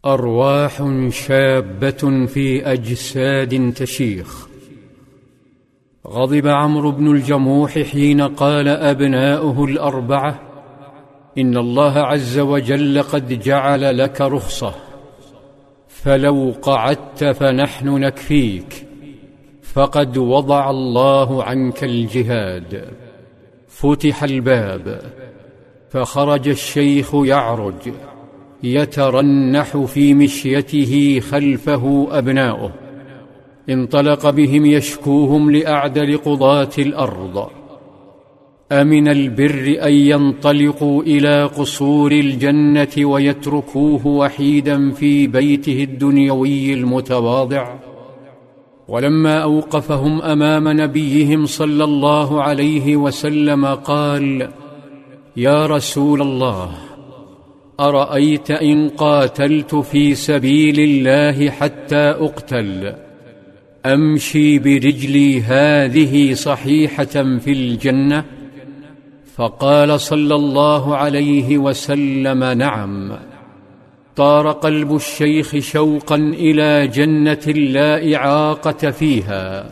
أرواح شابة في أجساد تشيخ. غضب عمرو بن الجموح حين قال أبناؤه الأربعة: إن الله عز وجل قد جعل لك رخصة، فلو قعدت فنحن نكفيك، فقد وضع الله عنك الجهاد. فتح الباب، فخرج الشيخ يعرج يترنح في مشيته، خلفه أبناؤه. انطلق بهم يشكوهم لأعدل قضاة الأرض. أمن البر أن ينطلقوا إلى قصور الجنة ويتركوه وحيدا في بيته الدنيوي المتواضع؟ ولما أوقفهم أمام نبيهم صلى الله عليه وسلم قال: يا رسول الله، أرأيت إن قاتلت في سبيل الله حتى أقتل، أمشي برجلي هذه صحيحة في الجنة؟ فقال صلى الله عليه وسلم: نعم. طار قلب الشيخ شوقا إلى جنة لا إعاقة فيها،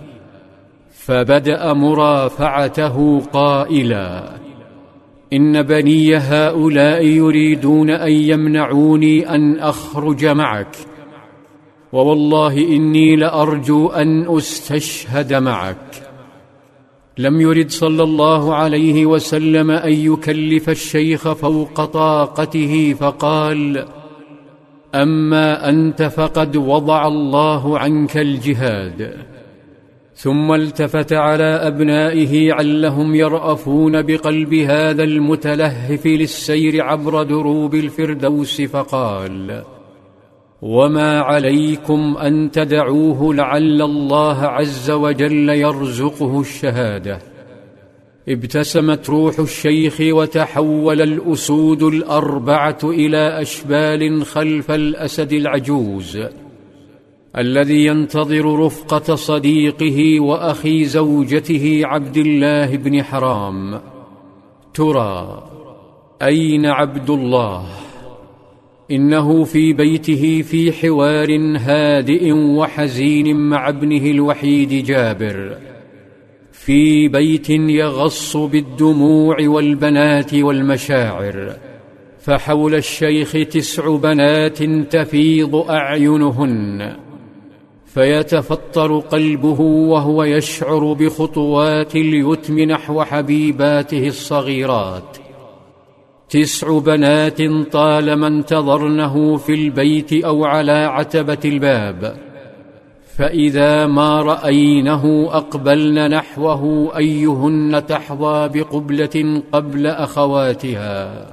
فبدأ مرافعته قائلا: إن بني هؤلاء يريدون أن يمنعوني أن أخرج معك، ووالله إني لأرجو أن أستشهد معك. لم يرد صلى الله عليه وسلم أن يكلف الشيخ فوق طاقته، فقال: أما أنت فقد وضع الله عنك الجهاد. ثم التفت على أبنائه علهم يرأفون بقلب هذا المتلهف للسير عبر دروب الفردوس، فقال: وما عليكم أن تدعوه لعل الله عز وجل يرزقه الشهادة. ابتسمت روح الشيخ وتحول الأسود الأربعة إلى أشبال خلف الأسد العجوز الذي ينتظر رفقة صديقه وأخي زوجته عبد الله بن حرام. ترى أين عبد الله؟ إنه في بيته في حوار هادئ وحزين مع ابنه الوحيد جابر، في بيت يغص بالدموع والبنات والمشاعر. فحول الشيخ 9 بنات تفيض أعينهن، فيتفطر قلبه وهو يشعر بخطوات اليتم نحو حبيباته الصغيرات. 9 بنات طالما انتظرنه في البيت أو على عتبة الباب، فإذا ما رأينه أقبلن نحوه، أيهن تحظى بقبلة قبل أخواتها،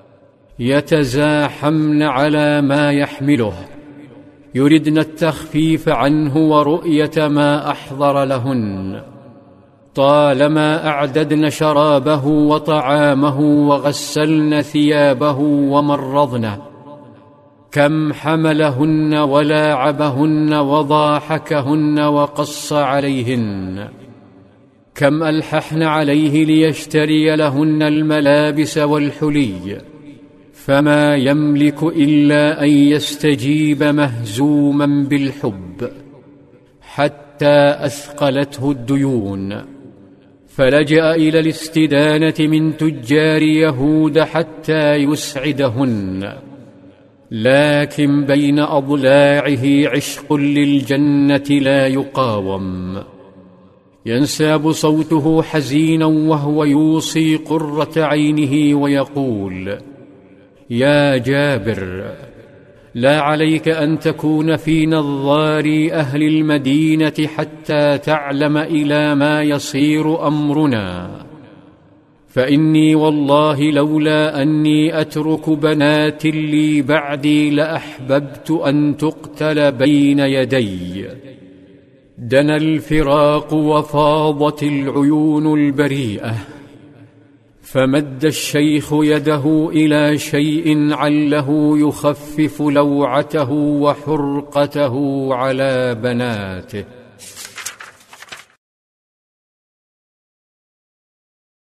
يتزاحمن على ما يحمله، يردن التخفيف عنه ورؤية ما أحضر لهن. طالما أعددن شرابه وطعامه وغسلن ثيابه ومرضنه، كم حملهن ولاعبهن وضاحكهن وقص عليهن، كم ألححن عليه ليشتري لهن الملابس والحلي، فما يملك إلا أن يستجيب مهزوما بالحب، حتى أثقلته الديون، فلجأ إلى الاستدانة من تجار يهود حتى يسعدهن. لكن بين أضلاعه عشق للجنة لا يقاوم. ينساب صوته حزينا وهو يوصي قرة عينه ويقول: يا جابر، لا عليك أن تكون في نظار أهل المدينة حتى تعلم إلى ما يصير أمرنا، فإني والله لولا أني أترك بنات لي بعدي لأحببت أن تقتل بين يدي. دنا الفراق وفاضت العيون البريئة، فمد الشيخ يده إلى شيء عله يخفف لوعته وحرقته على بناته.